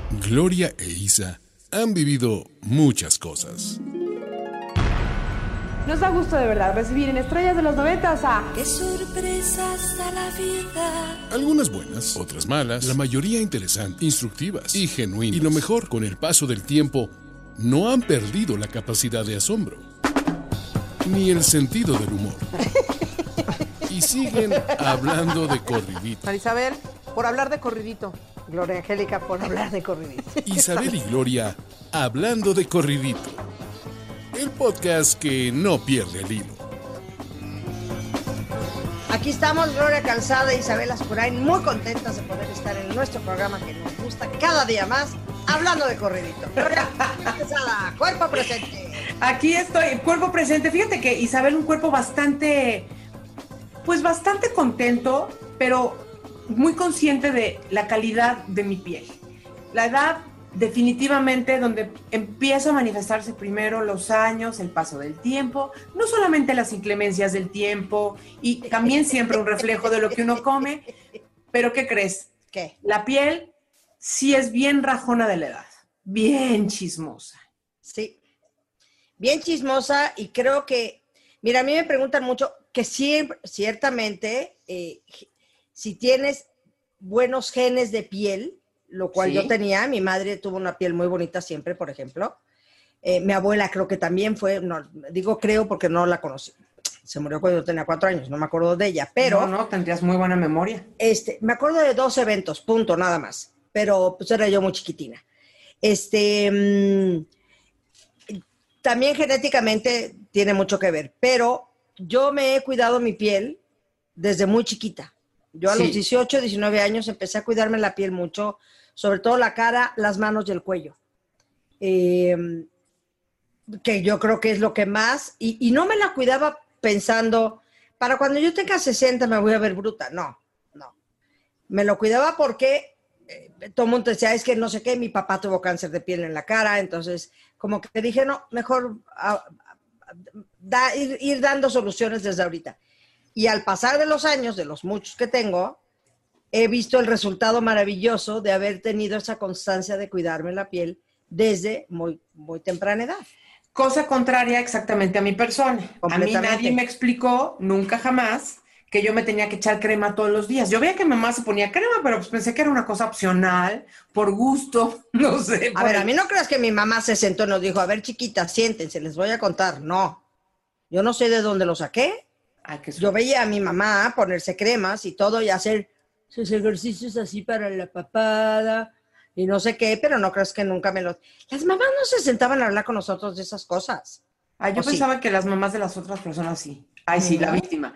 Gloria e Isa han vivido muchas cosas. Nos da gusto de verdad recibir en Estrellas de los 90 a... ¡Qué sorpresas da la vida! Algunas buenas, otras malas, la mayoría interesantes, instructivas y genuinas. Y lo mejor, con el paso del tiempo, no han perdido la capacidad de asombro, ni el sentido del humor. Y siguen hablando de corridito. Marisabel, por hablar de corridito. Gloria Angélica, por hablar de corridito. Isabel y Gloria, hablando de corridito. El podcast que no pierde el hilo. Aquí estamos, Gloria Calzada e Isabel Ascurain, muy contentas de poder estar en nuestro programa que nos gusta cada día más, hablando de corridito. Gloria Calzada, cuerpo presente. Aquí estoy, cuerpo presente. Fíjate que Isabel, un cuerpo bastante contento, pero muy consciente de la calidad de mi piel. La edad, definitivamente, donde empieza a manifestarse primero los años, el paso del tiempo, no solamente las inclemencias del tiempo, y también siempre un reflejo de lo que uno come, pero ¿qué crees? ¿Qué? La piel sí es bien rajona de la edad, bien chismosa. Sí, bien chismosa, y creo que, mira, a mí me preguntan mucho que siempre, ciertamente, si tienes buenos genes de piel, lo cual yo tenía. Mi madre tuvo una piel muy bonita siempre, por ejemplo. Mi abuela creo que también fue, no, digo creo porque no la conocí. Se murió cuando yo tenía 4 años, no me acuerdo de ella, pero... No, tendrías muy buena memoria. Me acuerdo de 2 eventos, punto, nada más. Pero pues era yo muy chiquitina. También genéticamente tiene mucho que ver, pero yo me he cuidado mi piel desde muy chiquita. Yo a los 18, 19 años empecé a cuidarme la piel mucho, sobre todo la cara, las manos y el cuello. Que yo creo que es lo que más... Y no me la cuidaba pensando, para cuando yo tenga 60 me voy a ver bruta. No. Me lo cuidaba porque todo el mundo decía, es que no sé qué, mi papá tuvo cáncer de piel en la cara, entonces como que dije, no, mejor ir dando soluciones desde ahorita. Y al pasar de los años, de los muchos que tengo, he visto el resultado maravilloso de haber tenido esa constancia de cuidarme la piel desde muy, muy temprana edad. Cosa contraria exactamente a mi persona. A mí nadie me explicó, nunca jamás, que yo me tenía que echar crema todos los días. Yo veía que mi mamá se ponía crema, pero pues pensé que era una cosa opcional, por gusto, no sé. A ver, a mí no creas que mi mamá se sentó y nos dijo, a ver, chiquitas, siéntense, les voy a contar. No, yo no sé de dónde lo saqué. Yo veía a mi mamá ponerse cremas y todo y hacer sus ejercicios así para la papada y no sé qué, pero no creas que nunca me lo... Las mamás no se sentaban a hablar con nosotros de esas cosas. Yo pensaba que las mamás de las otras personas sí. Ay, sí, la víctima.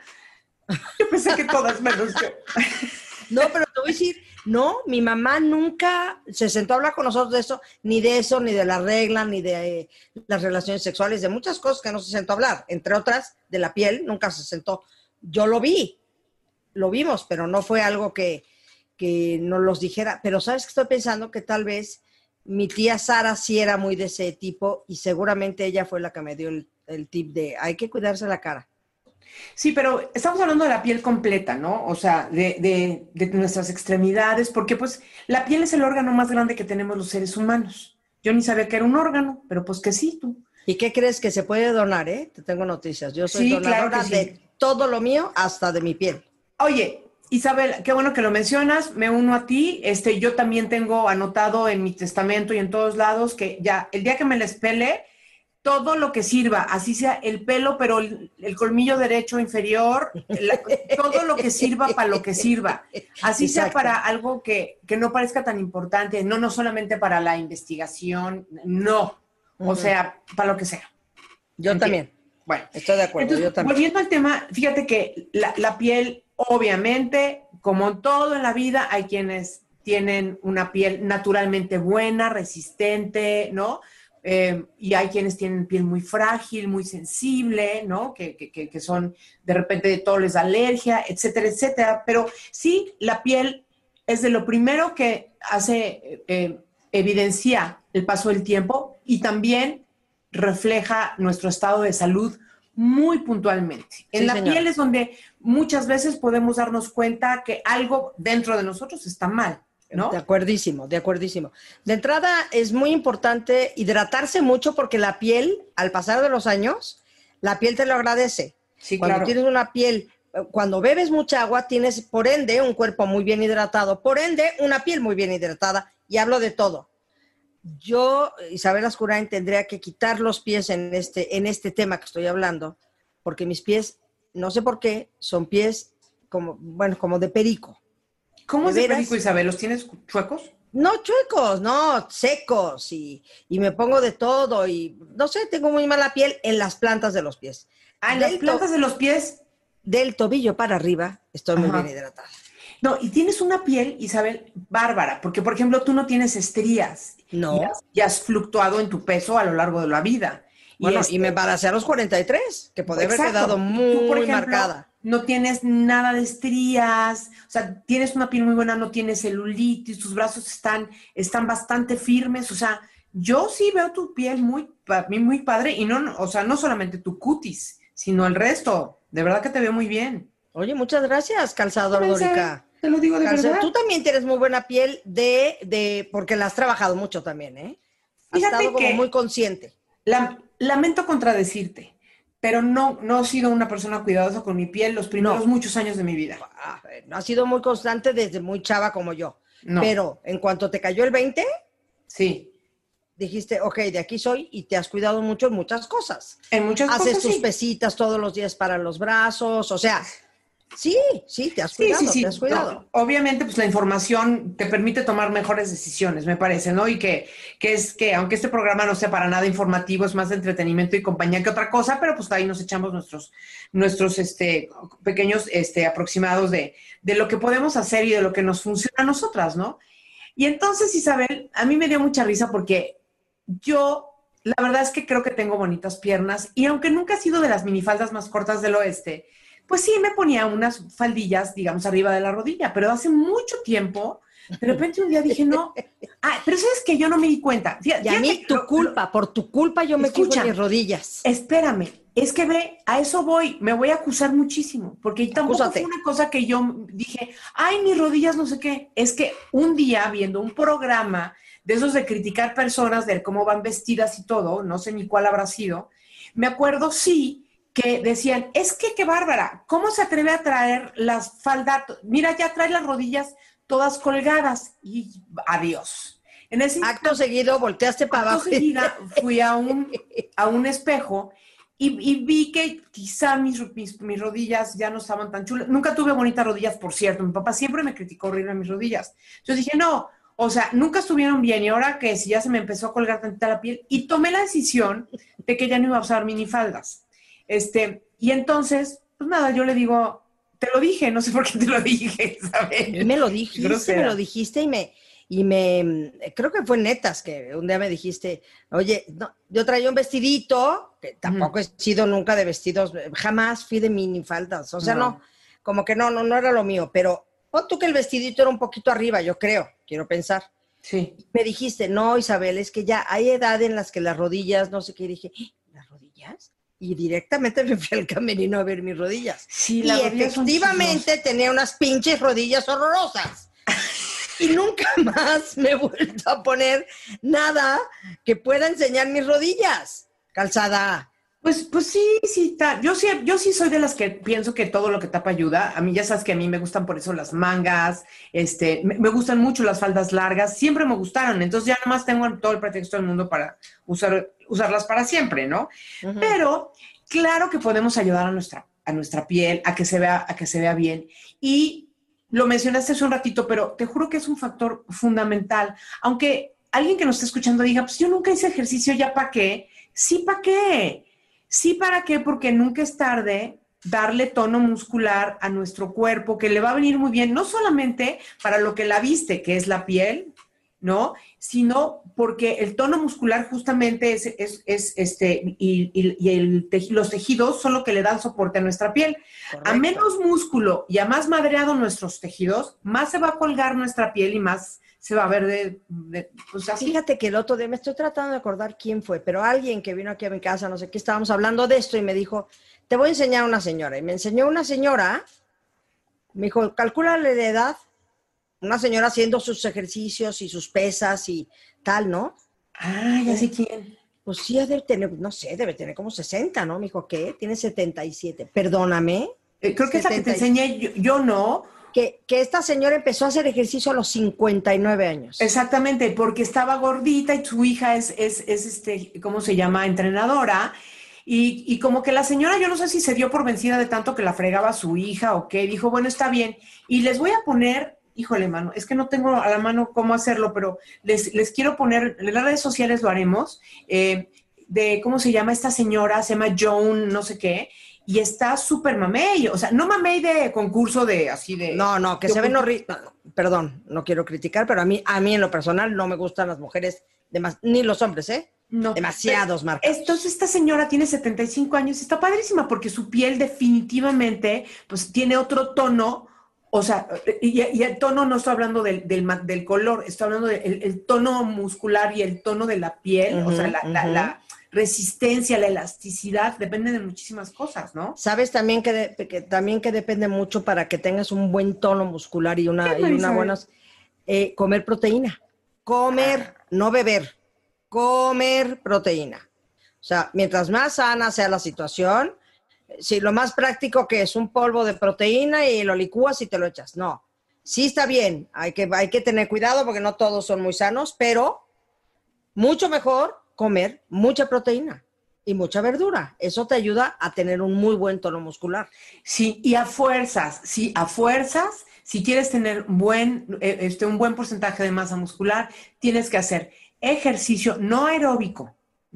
Yo pensé que todas menos yo. No, pero te voy a decir, no, mi mamá nunca se sentó a hablar con nosotros de eso, ni de la regla, ni de las relaciones sexuales, de muchas cosas que no se sentó a hablar, entre otras, de la piel, nunca se sentó. Yo lo vimos, pero no fue algo que nos los dijera. Pero ¿sabes qué estoy pensando? Que tal vez mi tía Sara sí era muy de ese tipo y seguramente ella fue la que me dio el tip de hay que cuidarse la cara. Sí, pero estamos hablando de la piel completa, ¿no? O sea, de nuestras extremidades, porque pues la piel es el órgano más grande que tenemos los seres humanos. Yo ni sabía que era un órgano, pero pues que sí, tú. ¿Y qué crees? Que se puede donar, ¿eh? Te tengo noticias. Yo soy donadora de todo lo mío, hasta de mi piel. Oye, Isabel, qué bueno que lo mencionas, me uno a ti. Yo también tengo anotado en mi testamento y en todos lados que ya el día que me les pele, todo lo que sirva, así sea el pelo, pero el colmillo derecho inferior, todo lo que sirva para lo que sirva. Así Exacto. Sea para algo que no parezca tan importante, no solamente para la investigación, no. O sea, para lo que sea. Yo también. Bueno. Estoy de acuerdo, entonces, yo también. Volviendo al tema, fíjate que la piel, obviamente, como todo en la vida, hay quienes tienen una piel naturalmente buena, resistente, ¿no? Y hay quienes tienen piel muy frágil, muy sensible, ¿no? Que son, de repente, todo les da alergia, etcétera, etcétera. Pero sí, la piel es de lo primero que hace, evidencia el paso del tiempo y también refleja nuestro estado de salud muy puntualmente. En la piel es donde muchas veces podemos darnos cuenta que algo dentro de nosotros está mal. ¿no? De acuerdísimo, de acuerdísimo. De entrada, es muy importante hidratarse mucho porque la piel, al pasar de los años, la piel te lo agradece. Sí, Cuando claro. tienes una piel, cuando bebes mucha agua, tienes, por ende, un cuerpo muy bien hidratado, por ende, una piel muy bien hidratada, y hablo de todo. Yo, Isabel Ascurain, tendría que quitar los pies en este tema que estoy hablando, porque mis pies, no sé por qué, son pies como de perico. ¿Cómo es ¿De de veras? perico, Isabel? ¿Los tienes chuecos? No chuecos, no, secos, y me pongo de todo, y no sé, tengo muy mala piel en las plantas de los pies. Ah, en las plantas de los pies. Del tobillo para arriba estoy muy Ajá. bien hidratada. No, y tienes una piel, Isabel, bárbara, porque, por ejemplo, tú no tienes estrías. No. Y has fluctuado en tu peso a lo largo de la vida. Bueno, y me embaracé a los 43, que podría haber quedado muy tú, por ejemplo, marcada. No tienes nada de estrías, o sea, tienes una piel muy buena, no tienes celulitis, tus brazos están bastante firmes, o sea, yo sí veo tu piel muy padre, y no, o sea, no solamente tu cutis, sino el resto, de verdad que te veo muy bien. Oye, muchas gracias, calzador Dórica. Te lo digo de verdad. Tú también tienes muy buena piel porque la has trabajado mucho también, ¿eh? Has Fíjate estado como que muy consciente. Lamento contradecirte, pero no he sido una persona cuidadosa con mi piel los primeros muchos años de mi vida. Has sido muy constante desde muy chava como yo. No. Pero en cuanto te cayó el 20, sí, dijiste, ok, de aquí soy, y te has cuidado mucho en muchas cosas. En muchas Haces cosas, tus sí. pesitas todos los días para los brazos, o sea, sí, te has cuidado, te has cuidado. No, obviamente, pues la información te permite tomar mejores decisiones, me parece, ¿no? Y que aunque este programa no sea para nada informativo, es más de entretenimiento y compañía que otra cosa, pero pues ahí nos echamos nuestros pequeños aproximados de lo que podemos hacer y de lo que nos funciona a nosotras, ¿no? Y entonces, Isabel, a mí me dio mucha risa porque yo, la verdad es que creo que tengo bonitas piernas, y aunque nunca he sido de las minifaldas más cortas del oeste, pues sí me ponía unas faldillas, digamos, arriba de la rodilla, pero hace mucho tiempo, de repente un día dije, no, pero ¿sabes qué? Yo no me di cuenta. Y a mí, por tu culpa yo me fijo en mis rodillas. Espérame, es que a eso voy, me voy a acusar muchísimo, porque tampoco fue una cosa que yo dije, ay, mis rodillas no sé qué. Es que un día, viendo un programa de esos de criticar personas, de cómo van vestidas y todo, no sé ni cuál habrá sido, me acuerdo, sí, que decían, es que qué bárbara, ¿cómo se atreve a traer las faldas? Mira, ya trae las rodillas todas colgadas, y adiós. En ese acto seguido volteaste para abajo. Seguida fui a un espejo y vi que quizá mis rodillas ya no estaban tan chulas. Nunca tuve bonitas rodillas, por cierto. Mi papá siempre me criticó horrible mis rodillas. Yo dije, no, o sea, nunca estuvieron bien, y ahora que si ya se me empezó a colgar tantita la piel, y tomé la decisión de que ya no iba a usar minifaldas. Y entonces, pues nada, yo le digo, te lo dije, no sé por qué te lo dije, ¿sabes? Y me lo dijiste y me creo que fue Netas que un día me dijiste, oye, no, yo traía un vestidito, que tampoco he sido nunca de vestidos, jamás fui de minifaldas, o sea, no, como que no era lo mío, pero pon tú que el vestidito era un poquito arriba, yo quiero pensar. Sí. Me dijiste, no, Isabel, es que ya hay edad en las que las rodillas, no sé qué, y dije, ¿las rodillas? Y directamente me fui al camerino a ver mis rodillas. Sí, y efectivamente tenía unas pinches rodillas horrorosas. Y nunca más me he vuelto a poner nada que pueda enseñar mis rodillas. Calzada. Pues sí. Yo sí soy de las que pienso que todo lo que tapa ayuda. A mí, ya sabes que a mí me gustan por eso las mangas, me gustan mucho las faldas largas, siempre me gustaron. Entonces ya nomás tengo todo el pretexto del mundo para usarlas para siempre, ¿no? Uh-huh. Pero claro que podemos ayudar a nuestra piel a que se vea bien. Y lo mencionaste hace un ratito, pero te juro que es un factor fundamental. Aunque alguien que nos esté escuchando diga, pues yo nunca hice ejercicio, ¿ya para qué? Sí, ¿para qué? Sí, ¿para qué? Porque nunca es tarde darle tono muscular a nuestro cuerpo, que le va a venir muy bien, no solamente para lo que la viste, que es la piel, ¿no? Sino porque el tono muscular justamente los tejidos son lo que le dan soporte a nuestra piel. Correcto. A menos músculo y a más madreado nuestros tejidos, más se va a colgar nuestra piel y más se va a ver pues así. Fíjate que el otro día, me estoy tratando de acordar quién fue, pero alguien que vino aquí a mi casa, no sé qué, estábamos hablando de esto y me dijo, te voy a enseñar a una señora. Y me enseñó una señora, me dijo, calcúlale la edad una señora haciendo sus ejercicios y sus pesas y tal, ¿no? Ah, ya sé quién. Pues sí, debe tener, no sé, debe tener como 60, ¿no? Me dijo, ¿qué? Tiene 77. Perdóname. Creo que es la que te enseñé, yo no. Que esta señora empezó a hacer ejercicio a los 59 años. Exactamente, porque estaba gordita y su hija es ¿cómo se llama? Entrenadora. Y como que la señora, yo no sé si se dio por vencida de tanto que la fregaba su hija o qué, dijo, bueno, está bien. Y les voy a poner, híjole, mano, es que no tengo a la mano cómo hacerlo, pero les quiero poner, en las redes sociales lo haremos, de, ¿cómo se llama esta señora? Se llama Joan, no sé qué, y está súper mamey, o sea, no mamey de concurso de, así de... No, que se ven horribles, perdón, no quiero criticar, pero a mí en lo personal no me gustan las mujeres, ni los hombres, ¿eh? No, demasiados marcados. Entonces esta señora tiene 75 años y está padrísima porque su piel definitivamente pues tiene otro tono, o sea, y el tono no estoy hablando del color, estoy hablando del tono muscular y el tono de la piel, o sea, la resistencia, la elasticidad, depende de muchísimas cosas, ¿no? Sabes también que depende mucho para que tengas un buen tono muscular y una buena... comer proteína. No beber. Comer proteína. O sea, mientras más sana sea la situación, si lo más práctico que es un polvo de proteína y lo licúas y te lo echas. No, sí está bien, hay que tener cuidado porque no todos son muy sanos, pero mucho mejor comer mucha proteína y mucha verdura. Eso te ayuda a tener un muy buen tono muscular. Sí, y a fuerzas, si quieres tener un buen porcentaje de masa muscular, tienes que hacer ejercicio no aeróbico,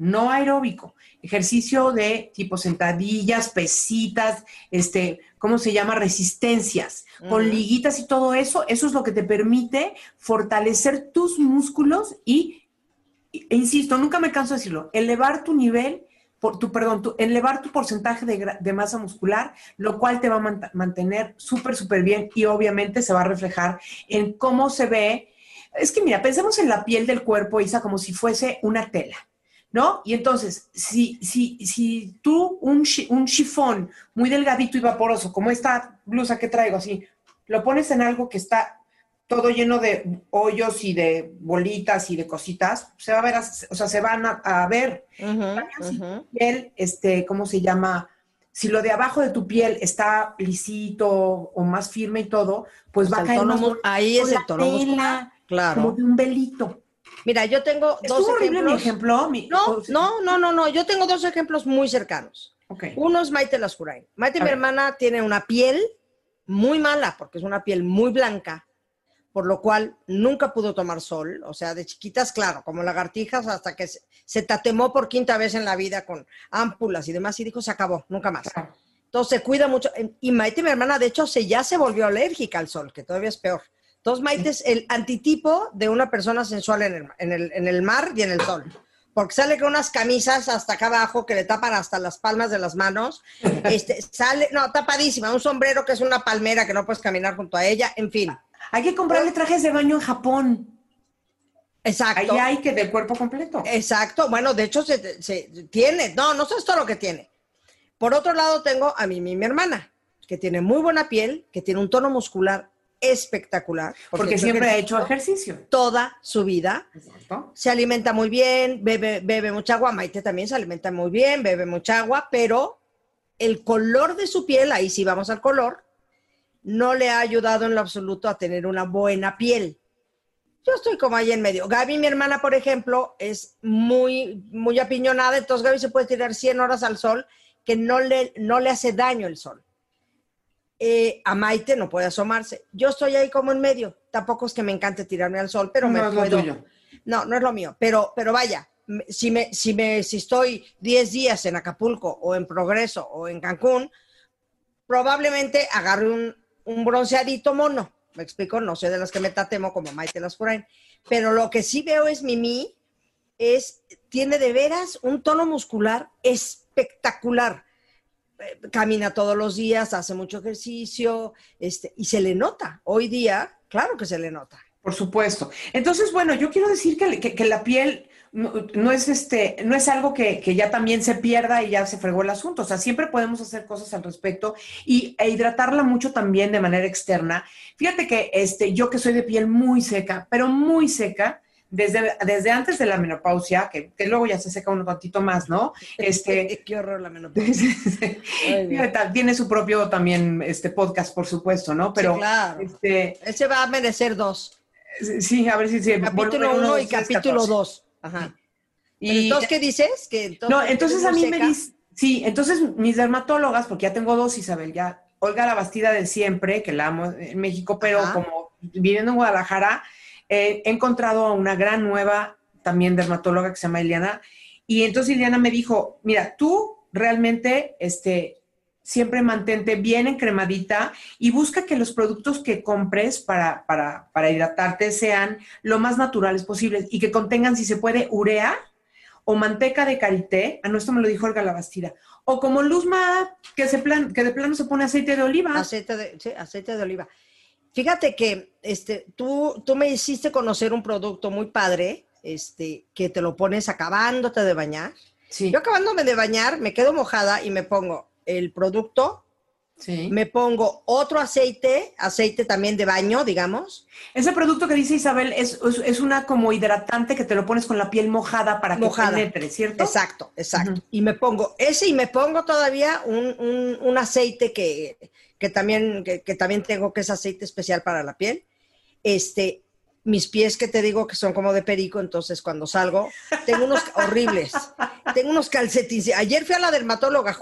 ejercicio de tipo sentadillas, pesitas, ¿cómo se llama? Resistencias, con liguitas y todo eso. Eso es lo que te permite fortalecer tus músculos e insisto, nunca me canso de decirlo, elevar tu nivel, elevar tu porcentaje de masa muscular, lo cual te va a mantener súper, súper bien y obviamente se va a reflejar en cómo se ve. Es que mira, pensemos en la piel del cuerpo, Isa, como si fuese una tela, ¿no? Y entonces, si tú un chifón muy delgadito y vaporoso, como esta blusa que traigo así, lo pones en algo que está todo lleno de hoyos y de bolitas y de cositas, se va a ver, o sea, se van a ver. Si tu piel, ¿cómo se llama? Si lo de abajo de tu piel está lisito o más firme y todo, pues va a caer más ahí es el tono muscular. Claro. Como de un velito. Mira, yo tengo dos horrible ejemplos. mi ejemplo? No. Yo tengo dos ejemplos muy cercanos. Okay. Uno es Maite Lascurain. Maite, mi hermana, tiene una piel muy mala, porque es una piel muy blanca, por lo cual nunca pudo tomar sol. O sea, de chiquitas, claro, como lagartijas, hasta que se tatemó por quinta vez en la vida con ámpulas y demás, y dijo, se acabó, nunca más. Claro. Entonces, se cuida mucho. Y Maite, mi hermana, de hecho, ya se volvió alérgica al sol, que todavía es peor. Entonces, Maite es el antitipo de una persona sensual en el mar y en el sol. Porque sale con unas camisas hasta acá abajo que le tapan hasta las palmas de las manos. Tapadísima. Un sombrero que es una palmera que no puedes caminar junto a ella. En fin. Hay que comprarle trajes de baño en Japón. Exacto. Ahí hay que de cuerpo completo. Exacto. Bueno, de hecho, se tiene. No sabes todo lo que tiene. Por otro lado, tengo a mi hermana, que tiene muy buena piel, que tiene un tono muscular espectacular. Porque siempre ha hecho ejercicio. Toda su vida. Exacto. Se alimenta muy bien, bebe mucha agua. Maite también se alimenta muy bien, bebe mucha agua, pero el color de su piel, ahí sí vamos al color, no le ha ayudado en lo absoluto a tener una buena piel. Yo estoy como ahí en medio. Gaby, mi hermana, por ejemplo, es muy, muy apiñonada, entonces Gaby se puede tirar 100 horas al sol, que no le hace daño el sol. A Maite no puede asomarse. Yo estoy ahí como en medio. Tampoco es que me encante tirarme al sol, pero no puedo. No es lo mío. Pero vaya, si estoy 10 días en Acapulco o en Progreso o en Cancún, probablemente agarre un bronceadito mono. Me explico, no soy de las que me tatemo como Maite Lascurain. Pero lo que sí veo es Mimi, tiene de veras un tono muscular espectacular. Camina todos los días, hace mucho ejercicio, y se le nota. Hoy día, claro que se le nota. Por supuesto. Entonces, bueno, yo quiero decir que la piel, no es algo que ya también se pierda y ya se fregó el asunto. O sea, siempre podemos hacer cosas al respecto e hidratarla mucho también de manera externa. Fíjate que yo que soy de piel muy seca, pero muy seca, desde antes de la menopausia, que luego ya se seca uno tantito más, ¿no? Qué horror la menopausia. Tiene su propio también podcast, por supuesto, ¿no? Pero sí, claro. Ese va a merecer 2. Sí, a ver si... Capítulo 1 y capítulo 2. Ajá. ¿Y entonces qué dices? Entonces a mí me dice... Sí, entonces mis dermatólogas, porque ya tengo 2, Isabel, ya Olga Labastida de siempre, que la amo en México, pero como viviendo en Guadalajara, he encontrado a una gran nueva también dermatóloga que se llama Ileana, y entonces Ileana me dijo, mira, tú realmente siempre mantente bien encremadita y busca que los productos que compres para hidratarte sean lo más naturales posibles y que contengan, si se puede, urea o manteca de karité. Esto me lo dijo Olga Labastida. O como Luzma, que de plano se pone aceite de oliva. Aceite de oliva. Fíjate que tú me hiciste conocer un producto muy padre, que te lo pones acabándote de bañar. Sí. Yo acabándome de bañar, me quedo mojada y me pongo el producto, sí, me pongo otro aceite también de baño, digamos. Ese producto que dice Isabel es una como hidratante que te lo pones con la piel mojada para que penetre, ¿cierto? Exacto. Uh-huh. Y me pongo ese y me pongo todavía un aceite que también tengo, que es aceite especial para la piel. Mis pies, que te digo que son como de perico, entonces cuando salgo tengo unos horribles, tengo unos calcetines. Ayer fui a la dermatóloga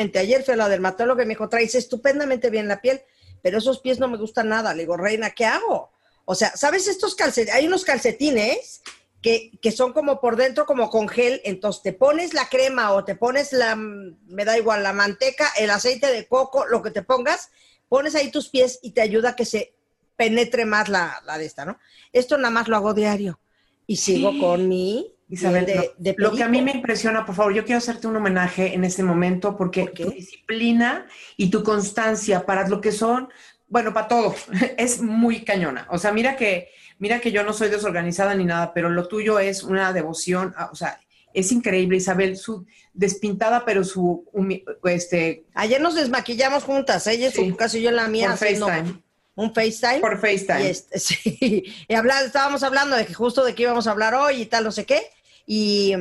y me dijo, traes estupendamente bien la piel, pero esos pies no me gustan nada. Le digo, reina, ¿qué hago? O sea, ¿sabes estos calcetines? Hay unos calcetines que son como por dentro, como con gel, entonces te pones la crema o te pones me da igual, la manteca, el aceite de coco, lo que te pongas, pones ahí tus pies y te ayuda a que se penetre más la de esta, ¿no? Esto nada más lo hago diario y sigo con mi Isabel, de lo que a mí me impresiona, por favor, yo quiero hacerte un homenaje en este momento porque tu disciplina y tu constancia para lo que son, bueno, para todo, es muy cañona. O sea, mira que yo no soy desorganizada ni nada, pero lo tuyo es una devoción, o sea, es increíble, Isabel, su despintada, pero su... Ayer nos desmaquillamos juntas, ella en su casa y yo en la mía. Por FaceTime. Un FaceTime. Por FaceTime. Sí, estábamos hablando de que íbamos a hablar hoy y tal, no sé qué, y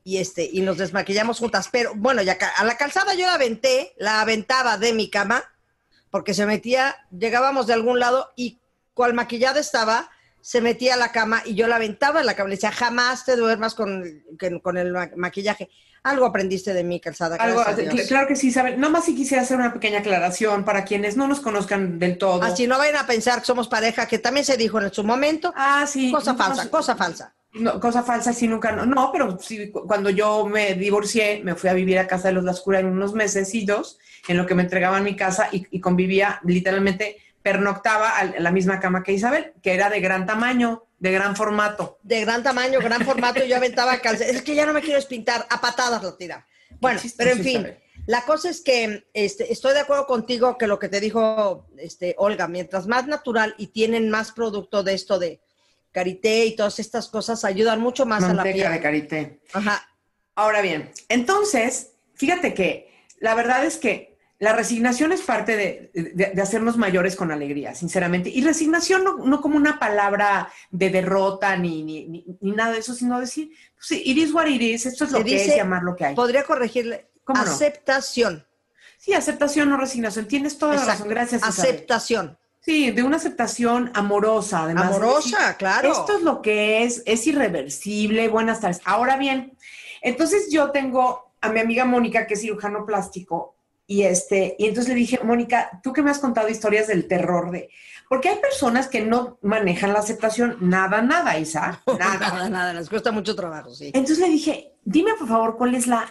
nos desmaquillamos juntas. Pero bueno, ya a la calzada yo la aventaba de mi cama, porque llegábamos de algún lado y cual maquillada estaba, se metía a la cama y yo la aventaba en la cama. Le decía, jamás te duermas con el maquillaje. Algo aprendiste de mí, Calzada. Claro que sí, Isabel. Nada más si quisiera hacer una pequeña aclaración para quienes no nos conozcan del todo. Así no vayan a pensar que somos pareja, que también se dijo en su momento. Sí. Cosa falsa. No, cosa falsa, sí, nunca. No, pero sí, cuando yo me divorcié, me fui a vivir a casa de los Lascura en unos mesecitos, en lo que me entregaban mi casa y convivía, literalmente, pernoctaba a la misma cama que Isabel, que era de gran tamaño, de gran formato. De gran tamaño, gran formato, y yo aventaba calcetín. Es que ya no me quiero espintar, a patadas lo tira. Bueno, pero en fin, la cosa es que estoy de acuerdo contigo que lo que te dijo Olga, mientras más natural y tienen más producto de esto de karité y todas estas cosas, ayudan mucho más a la piel. Manteca de karité. Ajá. Ahora bien, entonces, fíjate que la verdad es que la resignación es parte de hacernos mayores con alegría, sinceramente. Y resignación no como una palabra de derrota ni nada de eso, sino decir, pues, it is what it is, esto es lo que es, llamar lo que hay. Podría corregirle, aceptación. No? Sí, aceptación, no resignación. Tienes toda la razón, gracias, Isabel. Aceptación. Sí, de una aceptación amorosa, además. Amorosa, decir, claro. Esto es lo que es irreversible, buenas tardes. Ahora bien, entonces yo tengo a mi amiga Mónica, que es cirujano plástico, y entonces le dije, Mónica, tú que me has contado historias del terror porque hay personas que no manejan la aceptación, nada, Isa, nada, les cuesta mucho trabajo, sí. Entonces le dije, dime por favor, ¿cuál es la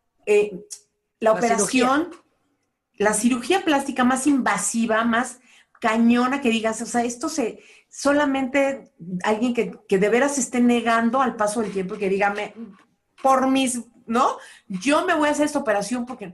operación, la cirugía plástica más invasiva, más cañona que digas, o sea, solamente alguien que de veras esté negando al paso del tiempo y que dígame, ¿no? Yo me voy a hacer esta operación porque,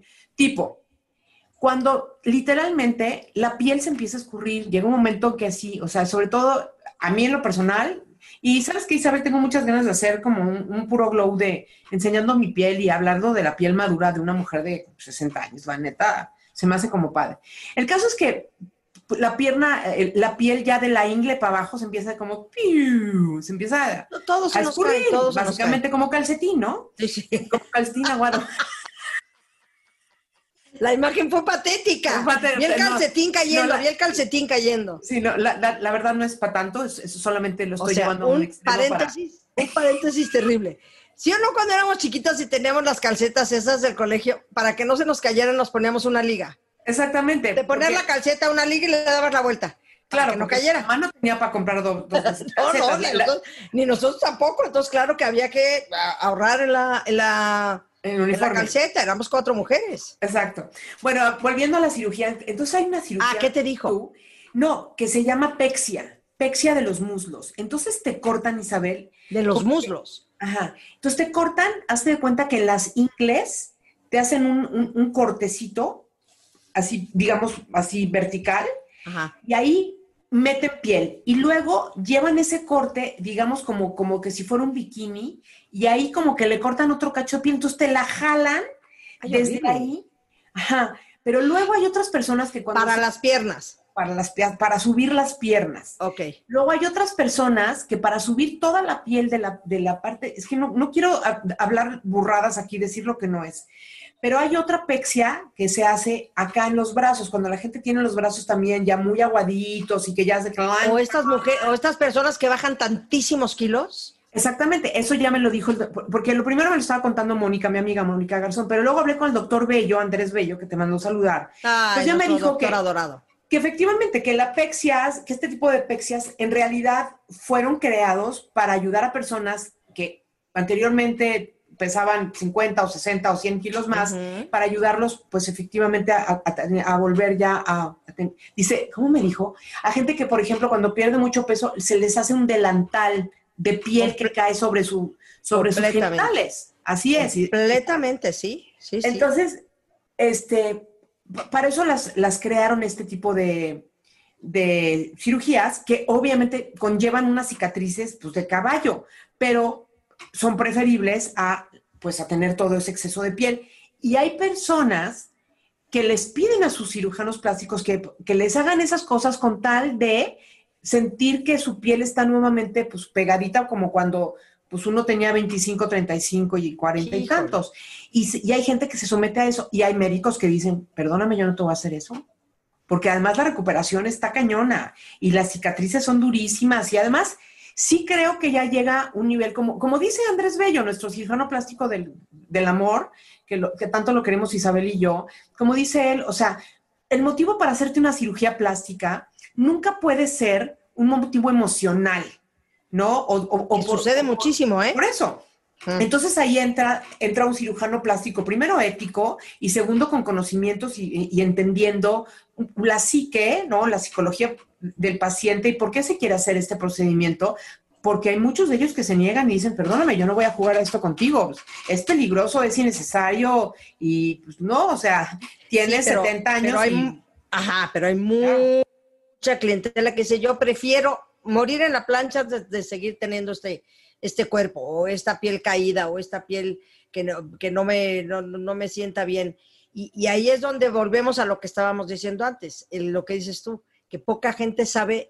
cuando literalmente la piel se empieza a escurrir, llega un momento que así, o sea, sobre todo a mí en lo personal, Y ¿sabes qué, Isabel? Tengo muchas ganas de hacer como un puro glow de enseñando mi piel y hablando de la piel madura de una mujer de 60 años. La neta, se me hace como padre. El caso es que la piel ya de la ingle para abajo se empieza como, ¡piu! Se empieza todos a se nos escurrir, caen, todos se nos básicamente caen. como calcetín, ¿no? Sí. Como calcetín aguado. La imagen fue patética. Vi el calcetín cayendo, vi el calcetín cayendo. Sí, no, la verdad no es para tanto, eso solamente lo estoy llevando a un extremo un paréntesis terrible. ¿Sí o no cuando éramos chiquitos y teníamos las calcetas esas del colegio, para que no se nos cayeran nos poníamos una liga? Exactamente. De poner la calceta a una liga y le dabas la vuelta. Claro, que no cayera. Mi mamá no tenía para comprar dos calcetas. No, ni nosotros tampoco. Entonces, claro que había que ahorrar en la calceta. Éramos 4 mujeres. Exacto. Bueno, volviendo a la cirugía. Entonces hay una cirugía. ¿Qué te dijo? No, que se llama pexia de los muslos. Entonces te cortan, Isabel. De los muslos. Ajá. Entonces te cortan, hazte de cuenta que en las ingles te hacen un cortecito, así, digamos, así vertical. Ajá. Y ahí meten piel y luego llevan ese corte, digamos, como que si fuera un bikini, y ahí como que le cortan otro cacho de piel, entonces te la jalan desde horrible. ahí. Ajá. Pero luego hay otras personas que cuando... Las piernas. Para subir las piernas. Ok. Luego hay otras personas que para subir toda la piel de la parte... Es que no quiero hablar burradas aquí, decir lo que no es. Pero hay otra pexia que se hace acá en los brazos, cuando la gente tiene los brazos también ya muy aguaditos y que ya se... O estas personas que bajan tantísimos kilos. Exactamente, eso ya me lo dijo, porque lo primero me lo estaba contando Mónica, mi amiga Mónica Garzón, pero luego hablé con el doctor Bello, Andrés Bello, que te mandó saludar. Pues ya me dijo adorado. Que efectivamente, que este tipo de pexias en realidad fueron creados para ayudar a personas que anteriormente pesaban 50 o 60 o 100 kilos más, para ayudarlos, pues efectivamente a volver ya dice, ¿cómo me dijo? A gente que, por ejemplo, cuando pierde mucho peso, se les hace un delantal de piel que cae sobre sus genitales. Así es. Completamente, sí. Entonces, para eso las crearon este tipo de cirugías que obviamente conllevan unas cicatrices pues, de caballo, pero son preferibles a tener todo ese exceso de piel. Y hay personas que les piden a sus cirujanos plásticos que les hagan esas cosas con tal de sentir que su piel está nuevamente pues, pegadita como cuando pues, uno tenía 25, 35 y 40 y tantos. Y hay gente que se somete a eso y hay médicos que dicen, perdóname, yo no te voy a hacer eso. Porque además la recuperación está cañona y las cicatrices son durísimas y además sí creo que ya llega un nivel como dice Andrés Bello, nuestro cirujano plástico del amor, que tanto lo queremos Isabel y yo, como dice él, o sea, el motivo para hacerte una cirugía plástica nunca puede ser un motivo emocional, ¿no? Sucede muchísimo, ¿eh? Por eso. Entonces ahí entra un cirujano plástico, primero ético y segundo con conocimientos y entendiendo la psique, ¿no? La psicología del paciente y por qué se quiere hacer este procedimiento, porque hay muchos de ellos que se niegan y dicen, perdóname, yo no voy a jugar a esto contigo, es peligroso, es innecesario y pues no, o sea, tienes 70 años pero hay mucha clientela que dice, yo prefiero morir en la plancha de seguir teniendo este cuerpo, o esta piel caída, o esta piel que no me sienta bien. Y ahí es donde volvemos a lo que estábamos diciendo antes, lo que dices tú, que poca gente sabe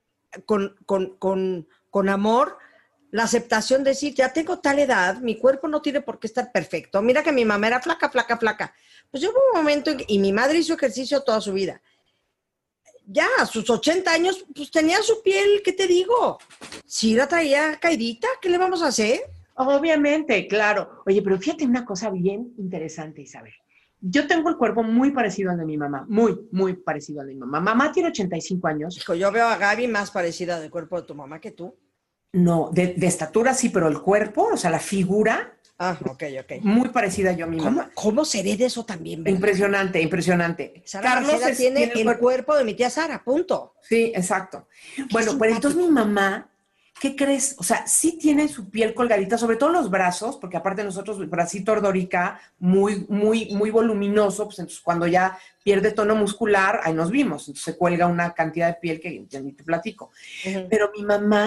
con amor la aceptación de decir, ya tengo tal edad, mi cuerpo no tiene por qué estar perfecto. Mira que mi mamá era flaca. Pues hubo un momento y mi madre hizo ejercicio toda su vida. Ya a sus 80 años, pues tenía su piel, ¿qué te digo? Sí la traía caidita, ¿qué le vamos a hacer? Obviamente, claro. Oye, pero fíjate una cosa bien interesante, Isabel. Yo tengo el cuerpo muy parecido al de mi mamá, muy, muy parecido al de mi mamá. Mamá tiene 85 años. Hijo, yo veo a Gaby más parecida del cuerpo de tu mamá que tú. No, de estatura sí, pero el cuerpo, o sea, la figura... ok. Muy parecida yo a mi mamá. ¿Cómo seré de eso también, verdad? Impresionante. Sara Carlos tiene el cuerpo de mi tía Sara, punto. Sí, exacto. Bueno, pues entonces mi mamá, ¿qué crees? O sea, sí tiene su piel colgadita, sobre todo los brazos, porque aparte nosotros, el bracito ordórica, muy, muy, muy voluminoso, pues entonces cuando ya pierde tono muscular, ahí nos vimos, entonces se cuelga una cantidad de piel que ya ni te platico. Uh-huh. Pero mi mamá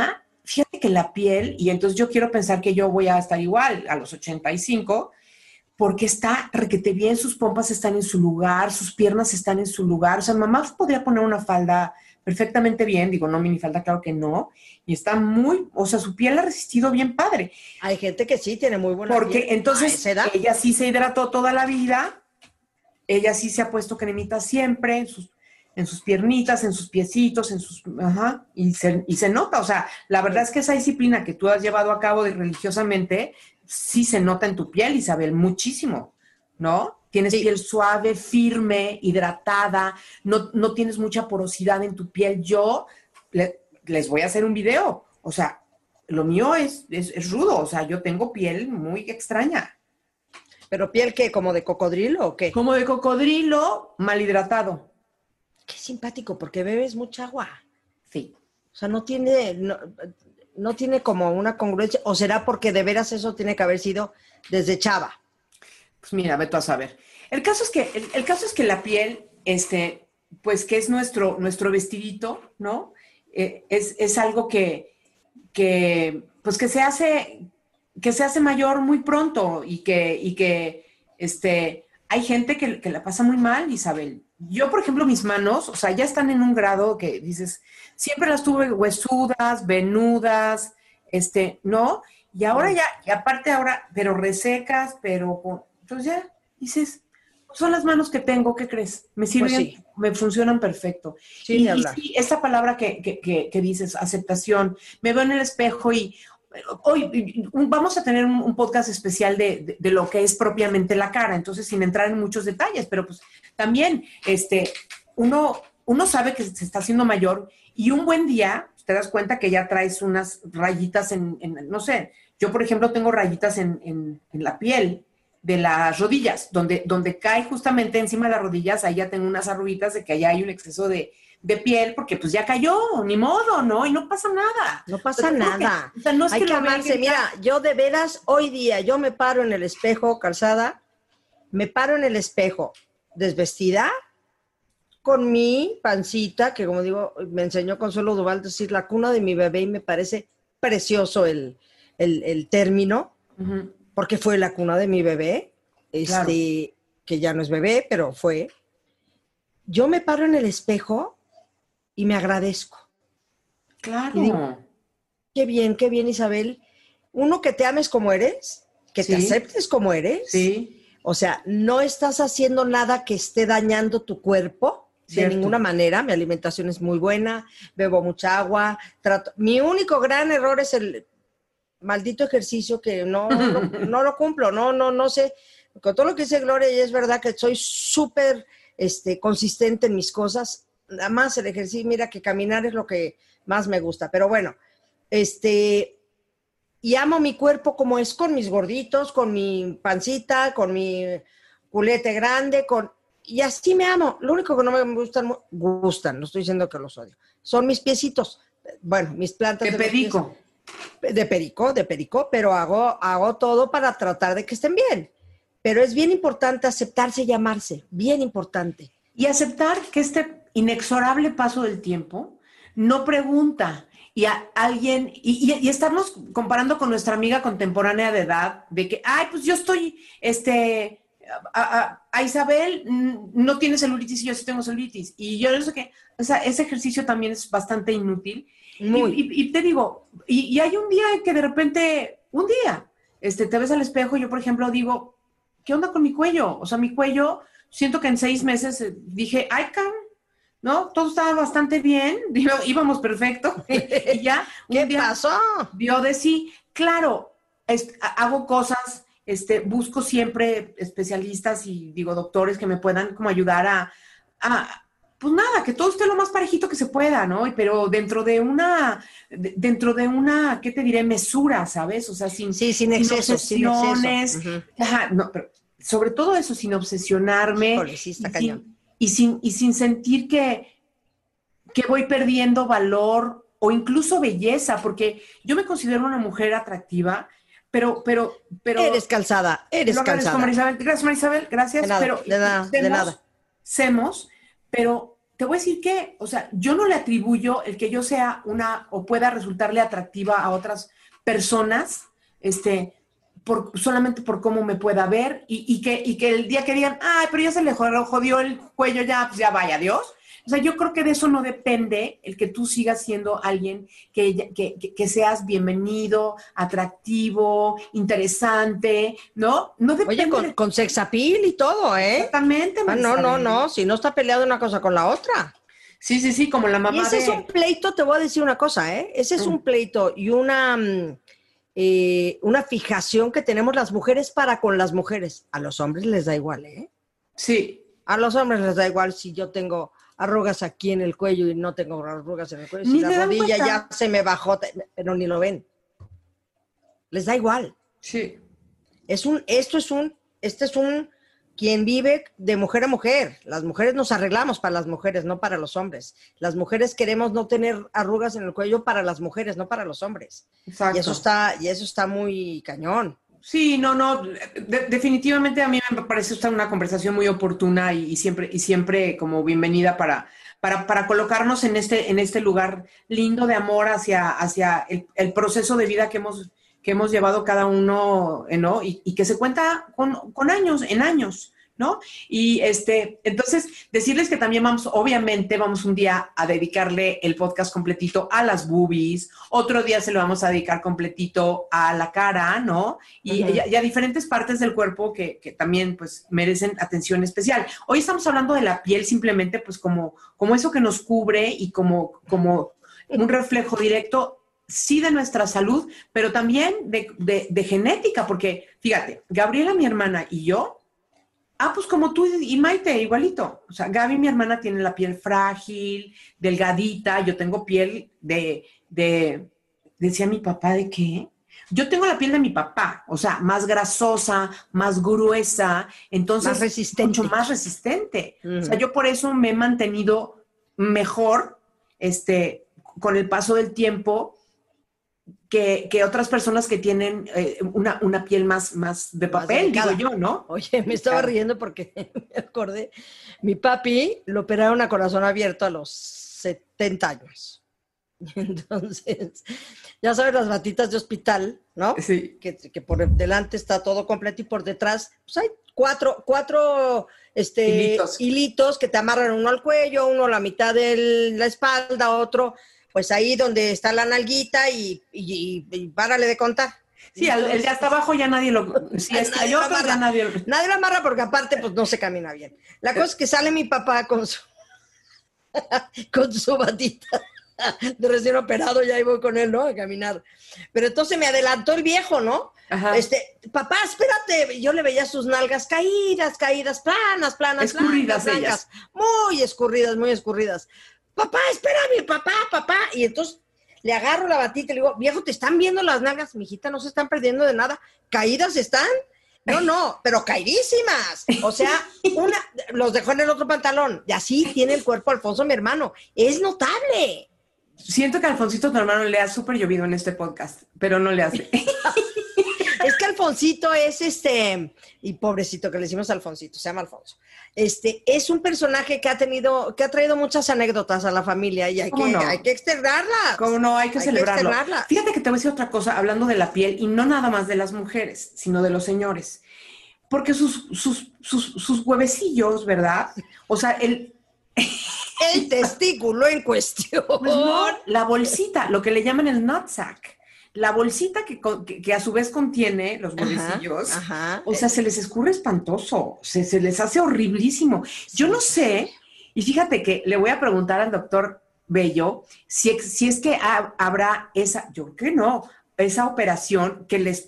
fíjate que la piel, y entonces yo quiero pensar que yo voy a estar igual a los 85, porque está requete bien, sus pompas están en su lugar, sus piernas están en su lugar. O sea, mamá podría poner una falda perfectamente bien, digo, no minifalda, claro que no, y está muy, o sea, su piel ha resistido bien padre. Hay gente que sí tiene muy buena porque piel. entonces ella sí se hidrató toda la vida, ella sí se ha puesto cremita siempre en sus piernitas, en sus piecitos, y se nota. O sea, la verdad es que esa disciplina que tú has llevado a cabo religiosamente, sí se nota en tu piel, Isabel, muchísimo, ¿no? Tienes piel suave, firme, hidratada, no tienes mucha porosidad en tu piel. Yo les voy a hacer un video. O sea, lo mío es rudo. O sea, yo tengo piel muy extraña. ¿Pero piel qué? ¿Como de cocodrilo o qué? Como de cocodrilo mal hidratado. Qué simpático, porque bebes mucha agua. Sí. O sea, no tiene como una congruencia. ¿O será porque de veras eso tiene que haber sido desde chava? Pues mira, ve tú a saber. El caso es que la piel, pues que es nuestro vestidito, ¿no? Es algo pues que se hace mayor muy pronto y que hay gente que la pasa muy mal, Isabel. Yo, por ejemplo, mis manos, o sea, ya están en un grado que dices, siempre las tuve huesudas, venudas, ¿no? Y ahora ya, y aparte ahora, pero resecas, entonces ya dices, son las manos que tengo, ¿qué crees? Me sirven, Pues sí. Me funcionan perfecto. Sí, y hablar. sí, esta palabra que dices, aceptación, me veo en el espejo y hoy vamos a tener un podcast especial de lo que es propiamente la cara, entonces sin entrar en muchos detalles, pero pues también uno sabe que se está haciendo mayor y un buen día te das cuenta que ya traes unas rayitas no sé, yo por ejemplo tengo rayitas en la piel de las rodillas, donde cae justamente encima de las rodillas, ahí ya tengo unas arruguitas de que allá hay un exceso de piel, porque pues ya cayó, ni modo, ¿no? Y no pasa nada. No pasa nada. O sea, no es hay que amarse. Mira, yo de veras, hoy día, yo me paro en el espejo, calzada, me paro en el espejo, desvestida, con mi pancita, que como digo, me enseñó Consuelo Duval decir la cuna de mi bebé y me parece precioso el término, porque fue la cuna de mi bebé, Claro. que ya no es bebé, pero fue. Yo me paro en el espejo y me agradezco. Claro. Y digo, qué bien, Isabel. Uno, que te ames como eres, que te aceptes como eres. Sí. O sea, no estás haciendo nada que esté dañando tu cuerpo de ninguna manera. Mi alimentación es muy buena, bebo mucha agua. Mi único gran error es el maldito ejercicio que no lo cumplo. No sé. Con todo lo que dice Gloria, y es verdad que soy súper consistente en mis cosas. Nada más el ejercicio, mira que caminar es lo que más me gusta. Pero bueno, y amo mi cuerpo como es, con mis gorditos, con mi pancita, con mi culete grande, y así me amo. Lo único que no me gustan, no estoy diciendo que los odio, son mis piecitos. Bueno, mis plantas de perico. De perico, pero hago todo para tratar de que estén bien. Pero es bien importante aceptarse y amarse, bien importante. Y aceptar que este inexorable paso del tiempo no pregunta. Y a alguien, y estarnos comparando con nuestra amiga contemporánea de edad, de que, ay, pues yo estoy, a Isabel no tiene celulitis y yo sí tengo celulitis. Y yo no sé qué, o sea, ese ejercicio también es bastante inútil. Y te digo, y hay un día que de repente, te ves al espejo y yo, por ejemplo, digo, ¿qué onda con mi cuello? O sea, mi cuello, siento que en 6 meses dije, ay, cabrón, ¿no? Todo estaba bastante bien, íbamos perfecto, y ya. ¿Qué pasó? Dio de sí. Claro, hago cosas, busco siempre especialistas y digo doctores que me puedan como ayudar pues nada, que todo esté lo más parejito que se pueda, ¿no? Pero dentro de una, ¿qué te diré? Mesura, ¿sabes? O sea, sin excesos, sin obsesiones. Uh-huh. Ajá, no, pero sobre todo eso, sin obsesionarme. Híjole, sí está cañón. Y sin sentir que voy perdiendo valor o incluso belleza, porque yo me considero una mujer atractiva, pero eres calzada, eres calzada. Gracias, Marisabel, gracias. De nada. Pero te voy a decir que, o sea, yo no le atribuyo el que yo sea una o pueda resultarle atractiva a otras personas, solamente por cómo me pueda ver y que el día que digan, ay, pero ya se le jodió el cuello, ya, pues ya vaya, adiós. O sea, yo creo que de eso no depende el que tú sigas siendo alguien que seas bienvenido, atractivo, interesante, ¿no? No depende. Oye, con sex appeal y todo, ¿eh? Exactamente. No, si no está peleado una cosa con la otra. Sí, como la mamá. Y ese es un pleito, te voy a decir una cosa, ¿eh? Ese es un pleito y una fijación que tenemos las mujeres para con las mujeres. A los hombres les da igual, ¿eh? Sí. A los hombres les da igual si yo tengo arrugas aquí en el cuello y no tengo arrugas en el cuello. Si la rodilla ya se me bajó, pero ni lo ven. Les da igual. Sí. Este es un quien vive de mujer a mujer. Las mujeres nos arreglamos para las mujeres, no para los hombres. Las mujeres queremos no tener arrugas en el cuello para las mujeres, no para los hombres. Exacto. Y eso está muy cañón. Sí, definitivamente a mí me parece esta una conversación muy oportuna y siempre como bienvenida para colocarnos en este lugar lindo de amor hacia el proceso de vida que hemos llevado cada uno, ¿no? Y que se cuenta con años, en años, ¿no? Y entonces decirles que también obviamente vamos un día a dedicarle el podcast completito a las boobies, otro día se lo vamos a dedicar completito a la cara, ¿no? Y a diferentes partes del cuerpo que también pues merecen atención especial. Hoy estamos hablando de la piel simplemente pues como eso que nos cubre y como un reflejo directo, sí, de nuestra salud, pero también de genética, porque fíjate, Gabriela, mi hermana, y yo, pues como tú y Maite, igualito. O sea, Gaby, mi hermana, tiene la piel frágil, delgadita. Yo tengo piel decía mi papá, ¿de qué? Yo tengo la piel de mi papá, o sea, más grasosa, más gruesa, entonces más resistente. Mucho más resistente. O sea, yo por eso me he mantenido mejor, con el paso del tiempo, que otras personas que tienen una piel más de papel, digo yo, ¿no? Oye, me estaba riendo porque me acordé. Mi papi lo operaron a corazón abierto a los 70 años. Entonces, ya sabes, las batitas de hospital, ¿no? Sí. Que por delante está todo completo y por detrás, pues hay cuatro hilitos que te amarran, uno al cuello, uno a la mitad de la espalda, otro pues ahí donde está la nalguita y párale de contar. Sí, el de hasta abajo ya nadie lo... Si estalló, pues ya nadie lo amarra porque aparte pues no se camina bien. La cosa es que sale mi papá con su batita de recién operado, ya iba con él, ¿no? A caminar. Pero entonces me adelantó el viejo, ¿no? Ajá. Papá, espérate. Yo le veía sus nalgas caídas, planas, escurridas blancas, muy escurridas. Papá, espérame, papá. Y entonces le agarro la batita y le digo, viejo, ¿te están viendo las nalgas? Mijita, no se están perdiendo de nada. ¿Caídas están? No, pero caidísimas. O sea, los dejó en el otro pantalón. Y así tiene el cuerpo Alfonso, mi hermano. Es notable. Siento que a Alfonsito, tu hermano, le ha súper llovido en este podcast, pero no le hace. Es que Alfonsito es y pobrecito que le decimos Alfonsito, se llama Alfonso. Es un personaje que ha traído muchas anécdotas a la familia y hay que externarlas. ¿Cómo no? Hay que celebrarlo. Fíjate que te voy a decir otra cosa, hablando de la piel, y no nada más de las mujeres, sino de los señores. Porque sus huevecillos, ¿verdad? O sea, el testículo en cuestión. Pues no, la bolsita, lo que le llaman el nutsack. La bolsita que a su vez contiene los huevecillos, o sea, se les escurre espantoso, se les hace horriblísimo. Yo no sé, y fíjate que le voy a preguntar al doctor Bello si es que habrá yo creo que no, esa operación que les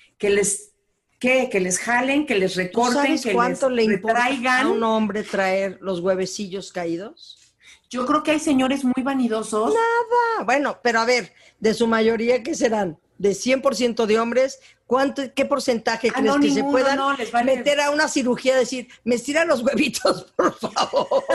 jalen, que les recorten, ¿Sabes que cuánto les le importa retraigan? A un hombre traer los huevecillos caídos? Yo creo que hay señores muy vanidosos. Nada. Bueno, pero a ver, de su mayoría, ¿qué serán? De 100% de hombres, ¿qué porcentaje crees que se puedan meter a una cirugía? Decir, me estiran los huevitos, por favor.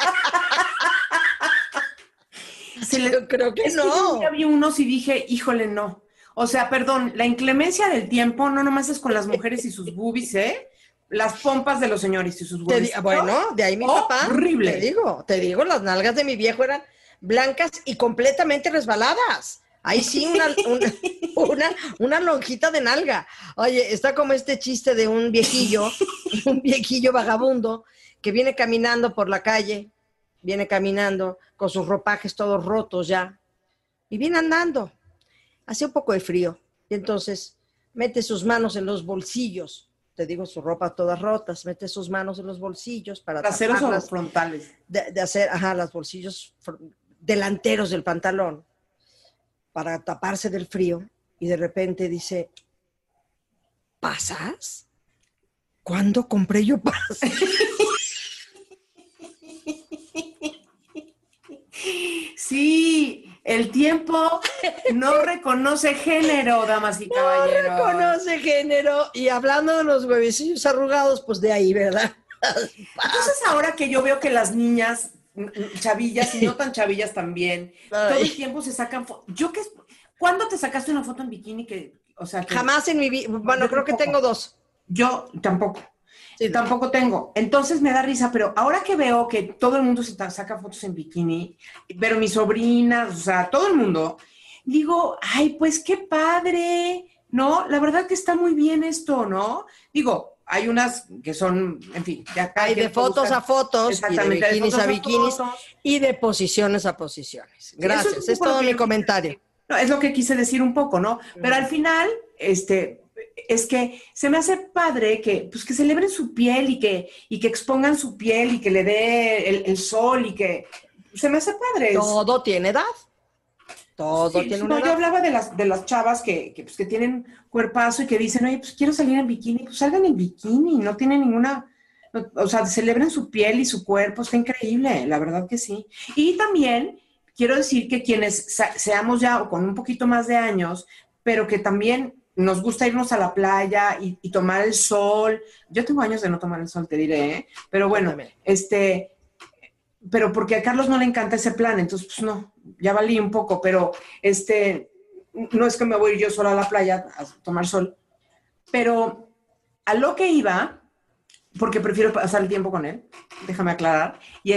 Yo creo que no. Yo ya vi unos y dije, híjole, no. O sea, perdón, la inclemencia del tiempo no nomás es con las mujeres y sus boobies, ¿eh? las pompas de los señores y sus huevitos. Bueno, de ahí mi papá. Horrible. Te digo, las nalgas de mi viejo eran blancas y completamente resbaladas. Ahí sí, una lonjita de nalga. Oye, está como este chiste de un viejillo vagabundo que viene caminando por la calle, viene caminando con sus ropajes todos rotos ya, y viene andando. Hace un poco de frío, y entonces mete sus manos en los bolsillos. Te digo, su ropa todas rotas, mete sus manos en los bolsillos para ¿traseros taparlas, o frontales? de hacer, los bolsillos delanteros del pantalón, para taparse del frío, y de repente dice, ¿pasas? ¿Cuándo compré yo pasas? Sí, el tiempo no reconoce género, damas y caballeros. No reconoce género, y hablando de los huevecillos arrugados, pues de ahí, ¿verdad? Entonces ahora que yo veo que las niñas chavillas y no tan chavillas también, todo el tiempo se sacan fotos. ¿Cuándo te sacaste una foto en bikini Jamás en mi vida, bueno, creo que tengo 2. Yo tampoco. Sí, tampoco tengo. Entonces me da risa, pero ahora que veo que todo el mundo se saca fotos en bikini, pero mis sobrinas, o sea, todo el mundo, digo, ay, pues qué padre, ¿no? La verdad que está muy bien esto, ¿no? Digo, hay unas que son, en fin, de acá. Hay de fotos a fotos, y de bikinis a bikinis, y de posiciones a posiciones. Gracias, es todo mi comentario. No, es lo que quise decir un poco, ¿no? Pero al final, es que se me hace padre que celebren su piel y que expongan su piel y que le dé el sol y que se me hace padre. Todo tiene edad. Todo tiene una edad. Yo hablaba de las chavas que tienen cuerpazo y que dicen, oye, pues quiero salir en bikini, pues salgan en bikini, no tienen ninguna, o sea, celebren su piel y su cuerpo, está increíble, la verdad que sí. Y también quiero decir que quienes seamos ya o con un poquito más de años, pero que también nos gusta irnos a la playa y tomar el sol. Yo tengo años de no tomar el sol, te diré, ¿eh? Pero bueno, pero porque a Carlos no le encanta ese plan, entonces pues no, ya valí un poco, pero no es que me voy yo sola a la playa a tomar sol, pero a lo que iba, porque prefiero pasar el tiempo con él, déjame aclarar,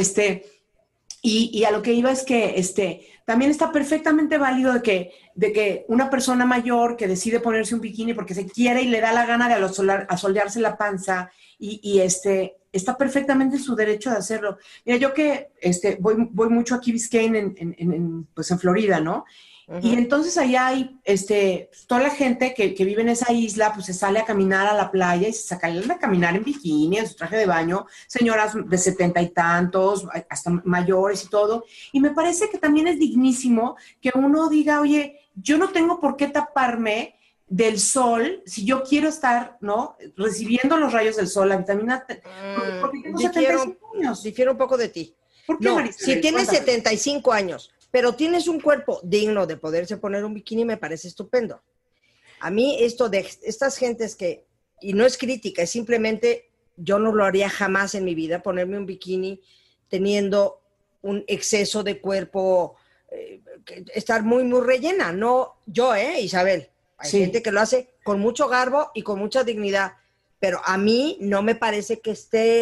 y a lo que iba es que también está perfectamente válido de que una persona mayor que decide ponerse un bikini porque se quiere y le da la gana de asolearse la panza y está perfectamente en su derecho de hacerlo. Mira, yo que voy mucho aquí a Biscayne en Florida, ¿no? Uh-huh. Y entonces allá hay toda la gente que vive en esa isla, pues se sale a caminar a la playa y se salen a caminar en bikini, en su traje de baño, señoras de 70 y tantos, hasta mayores y todo. Y me parece que también es dignísimo que uno diga, oye, yo no tengo por qué taparme del sol si yo quiero estar, ¿no? Recibiendo los rayos del sol, la vitamina T. Porque tengo 75 años. Difiero un poco de ti. ¿Por qué, no, Marisabel? Si tienes Cuéntame. 75 años, pero tienes un cuerpo digno de poderse poner un bikini, me parece estupendo. A mí esto de estas gentes y no es crítica, es simplemente, yo no lo haría jamás en mi vida, ponerme un bikini teniendo un exceso de cuerpo, estar muy, muy rellena. No yo, Isabel. Hay gente que lo hace con mucho garbo y con mucha dignidad, pero a mí no me parece que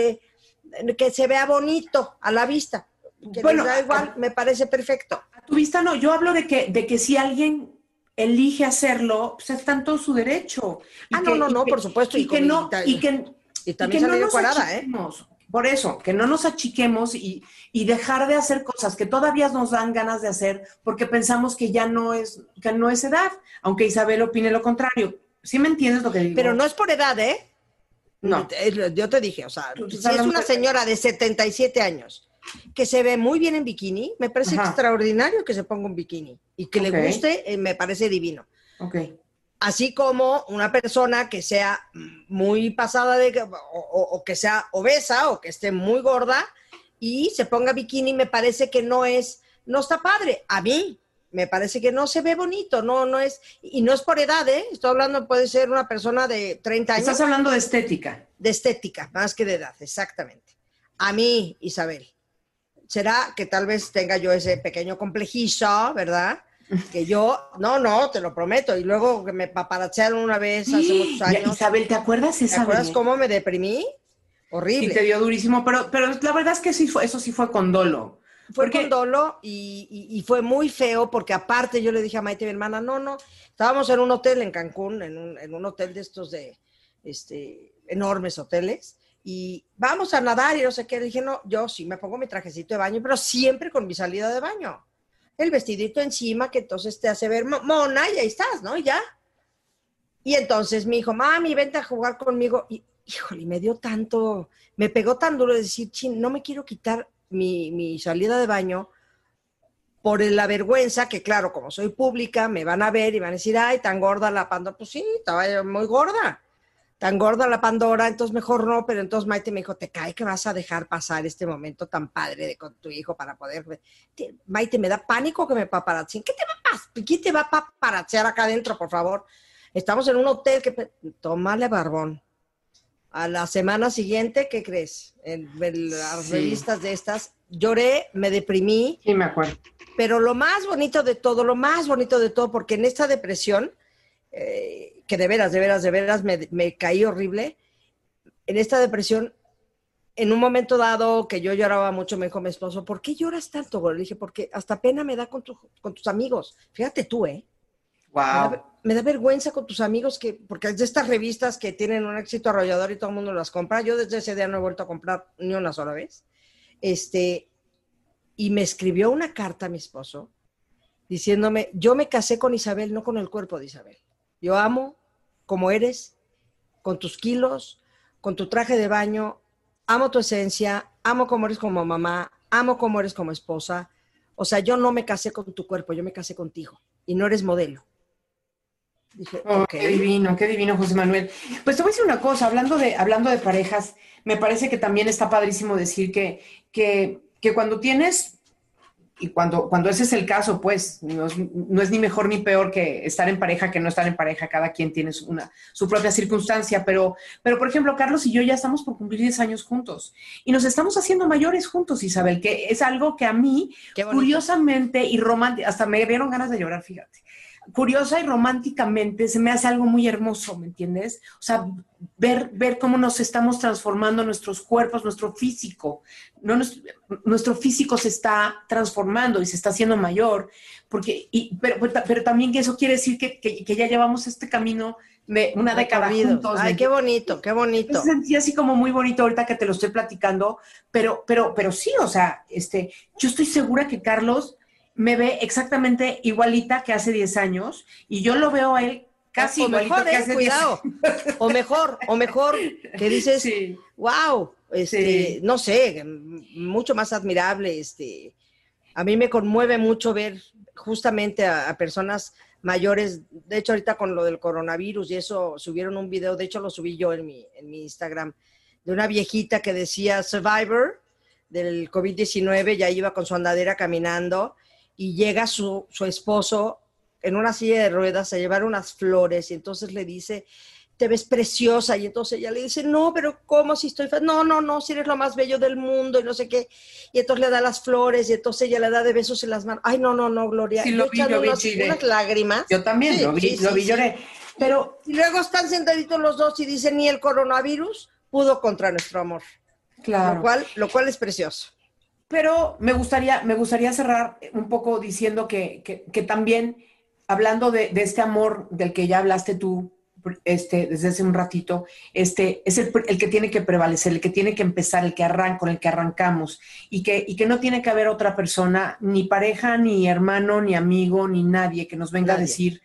se vea bonito a la vista. Que bueno, da igual, me parece perfecto. A tu vista no, yo hablo de que si alguien elige hacerlo, pues está en todo su derecho. No, por supuesto. Y también salió no nos cuadrada, Por eso, que no nos achiquemos y dejar de hacer cosas que todavía nos dan ganas de hacer porque pensamos que ya no es edad, aunque Isabel opine lo contrario. ¿Sí me entiendes lo que digo? Pero no es por edad, ¿eh? No. Yo te dije, o sea, si es una señora de 77 años que se ve muy bien en bikini, me parece extraordinario que se ponga un bikini y que le guste, me parece divino. Okay. Así como una persona que sea muy pasada o que sea obesa o que esté muy gorda y se ponga bikini, me parece que no está padre. A mí me parece que no se ve bonito, no es, y no es por edad, estoy hablando, puede ser una persona de 30 años. Estás hablando de estética. De estética, más que de edad, exactamente. A mí, Isabel, será que tal vez tenga yo ese pequeño complejizo, ¿verdad? que yo, no, te lo prometo, y luego que me paparazzearon una vez hace muchos años. Isabel, ¿te acuerdas esa vez? ¿Te acuerdas cómo me deprimí? Horrible. Sí, te dio durísimo, pero la verdad es que eso sí fue con dolo. Fue con dolo y fue muy feo porque aparte yo le dije a Maite, mi hermana, no, estábamos en un hotel en Cancún, en un hotel de estos de enormes hoteles, y vamos a nadar y no sé qué. Le dije, no, yo sí me pongo mi trajecito de baño, pero siempre con mi salida de baño. El vestidito encima que entonces te hace ver mona y ahí estás, ¿no? Y ya. Y entonces me dijo, mami, vente a jugar conmigo. Y, híjole, me pegó tan duro de decir, chin, no me quiero quitar mi salida de baño por la vergüenza, que claro, como soy pública, me van a ver y van a decir, ay, tan gorda la Pandora. Pues sí, estaba muy gorda. Tan gorda la Pandora, entonces mejor no. Pero entonces Maite me dijo, ¿te cae que vas a dejar pasar este momento tan padre con tu hijo para poder ver? Maite, me da pánico que me paparazzien. ¿Quién te va a paparazziar acá adentro, por favor? Estamos en un hotel que... Tómale, barbón. A la semana siguiente, ¿qué crees? En las revistas de estas, lloré, me deprimí. Sí, me acuerdo. Pero lo más bonito de todo, porque en esta depresión, que de veras me caí horrible, en esta depresión, en un momento dado que yo lloraba mucho, me dijo mi esposo, ¿por qué lloras tanto, güey? Le dije, porque hasta pena me da con tus amigos. Fíjate tú, Wow. Me da vergüenza con tus amigos, porque es de estas revistas que tienen un éxito arrollador y todo el mundo las compra. Yo desde ese día no he vuelto a comprar ni una sola vez. Y me escribió una carta a mi esposo diciéndome, yo me casé con Isabel, no con el cuerpo de Isabel. Yo amo como eres, con tus kilos, con tu traje de baño, amo tu esencia, amo cómo eres como mamá, amo cómo eres como esposa. O sea, yo no me casé con tu cuerpo, yo me casé contigo y no eres modelo. Dije, okay. Qué divino, José Manuel. Pues te voy a decir una cosa, hablando de parejas, me parece que también está padrísimo decir que cuando tienes, y cuando ese es el caso, pues no es ni mejor ni peor que estar en pareja que no estar en pareja, cada quien tiene su propia circunstancia, pero por ejemplo, Carlos y yo ya estamos por cumplir 10 años juntos y nos estamos haciendo mayores juntos, Isabel, que es algo que a mí, curiosamente y románticamente, hasta me dieron ganas de llorar, fíjate. Curiosa y románticamente se me hace algo muy hermoso, ¿me entiendes? O sea, ver cómo nos estamos transformando nuestros cuerpos, nuestro físico. Nuestro físico se está transformando y se está haciendo mayor, pero también que eso quiere decir que ya llevamos este camino de una década juntos. Ay, qué bonito, qué bonito. Me sentí así como muy bonito ahorita que te lo estoy platicando, pero sí, o sea, yo estoy segura que Carlos me ve exactamente igualita que hace 10 años y yo lo veo a él casi igualito que hace 10 años. O mejor, que dices, sí. Wow, sí. No sé, mucho más admirable. A mí me conmueve mucho ver justamente a personas mayores. De hecho, ahorita con lo del coronavirus y eso, subieron un video, de hecho lo subí yo en mi Instagram, de una viejita que decía Survivor del COVID-19, ya iba con su andadera caminando, y llega su esposo en una silla de ruedas a llevar unas flores y entonces le dice, te ves preciosa, y entonces ella le dice, no, pero ¿cómo si estoy fea? No, si eres lo más bello del mundo y no sé qué, y entonces le da las flores y entonces ella le da de besos en las manos. Ay, no, Gloria. Sí, lo vi, unas lágrimas. Yo también, sí, lo vi, lloré. Pero y luego están sentaditos los dos y dicen, ni el coronavirus pudo contra nuestro amor. Claro. Lo cual es precioso. Pero me gustaría cerrar un poco diciendo que también, hablando de este amor del que ya hablaste tú desde hace un ratito, es el que tiene que prevalecer, el que tiene que empezar, con el que arrancamos, y que no tiene que haber otra persona, ni pareja, ni hermano, ni amigo, ni nadie que nos venga a decir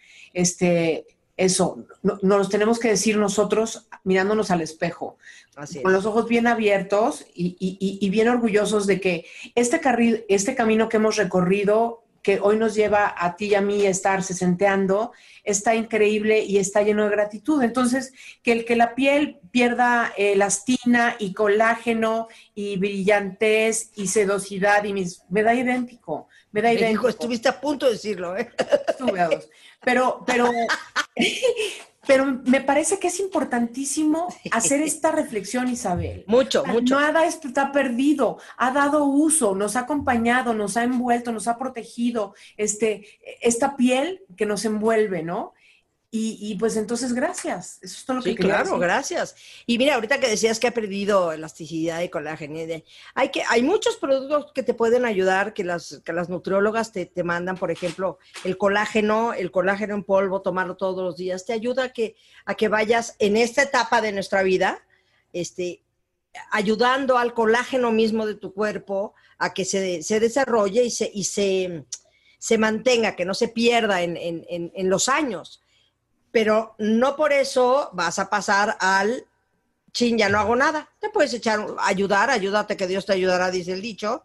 eso. Nos los tenemos que decir nosotros mirándonos al espejo, con los ojos bien abiertos y bien orgullosos de que este camino que hemos recorrido, que hoy nos lleva a ti y a mí a estar sesenteando, está increíble y está lleno de gratitud. Entonces, que la piel pierda elastina y colágeno y brillantez y sedosidad me da idéntico. Estuviste a punto de decirlo, ¿eh? Estuve a dos. Pero Pero me parece que es importantísimo hacer esta reflexión, Isabel. Mucho. Nada está perdido, ha dado uso, nos ha acompañado, nos ha envuelto, nos ha protegido, esta piel que nos envuelve, ¿no? Y pues entonces, gracias. Eso es todo lo que quería decir. Gracias. Y mira, ahorita que decías que ha perdido elasticidad y colágeno, hay muchos productos que te pueden ayudar, que las nutriólogas te mandan, por ejemplo, el colágeno en polvo, tomarlo todos los días, te ayuda a que vayas en esta etapa de nuestra vida, ayudando al colágeno mismo de tu cuerpo a que se desarrolle y se mantenga, que no se pierda en los años. Pero no por eso vas a pasar al ya no hago nada. Te puedes ayúdate que Dios te ayudará, dice el dicho.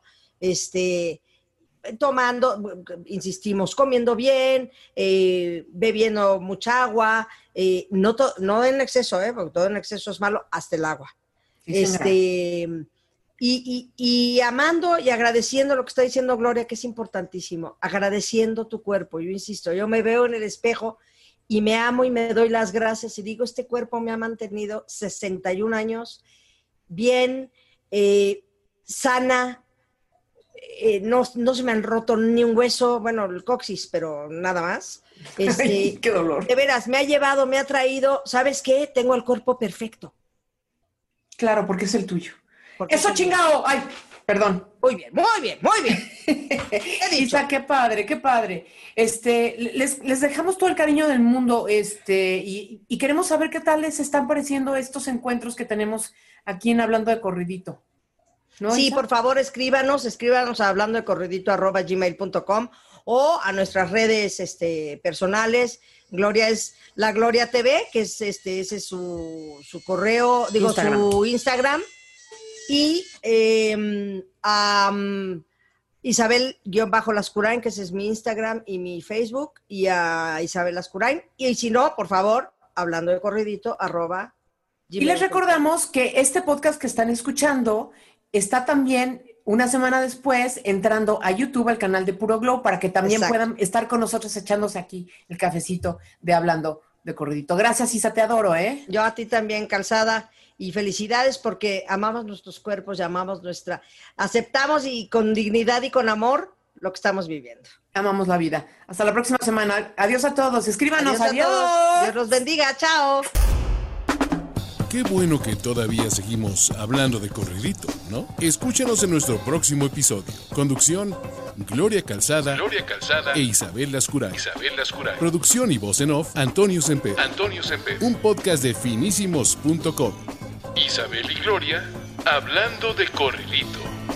Tomando, insistimos, comiendo bien, bebiendo mucha agua, no en exceso, porque todo en exceso es malo, hasta el agua. Sí, y amando y agradeciendo lo que está diciendo Gloria, que es importantísimo, agradeciendo tu cuerpo. Yo insisto, yo me veo en el espejo y me amo y me doy las gracias y digo, este cuerpo me ha mantenido 61 años bien, sana, no se me han roto ni un hueso, bueno, el coxis, pero nada más. Ay, qué dolor. De veras, me ha traído, ¿sabes qué? Tengo el cuerpo perfecto. Claro, porque es el tuyo. ¡Eso chingado! ¡Ay! Perdón. Muy bien. Isa, qué padre. Les dejamos todo el cariño del mundo, y queremos saber qué tal les están pareciendo estos encuentros que tenemos aquí en Hablando de Corridito. ¿No, sí, Isa? por favor, escríbanos a hablandodecorridito@gmail.com o a nuestras redes Personales. Gloria es la Gloria TV, que es ese es su correo, su Instagram. Y a Isabel-Lascurain, que ese es mi Instagram y mi Facebook, y a Isabel Lascurain. Y si no, por favor, hablando de corridito, @gmail.com. Y les recordamos que este podcast que están escuchando está también una semana después entrando a YouTube, al canal de Puro Glow, para que también puedan estar con nosotros echándose aquí el cafecito de Hablando de Corridito. Gracias, Isa, te adoro, ¿eh? Yo a ti también, Calzada. Y felicidades porque amamos nuestros cuerpos y aceptamos y con dignidad y con amor lo que estamos viviendo. Amamos la vida. Hasta la próxima semana. Adiós a todos. Escríbanos. Adiós. A todos. Dios los bendiga. Chao. Qué bueno que todavía seguimos hablando de corridito, ¿no? Escúchanos en nuestro próximo episodio. Conducción, Gloria Calzada e Isabel Lascurain. Producción y voz en off, Antonio Semper. Un podcast de finísimos.com. Isabel y Gloria, hablando de corridito.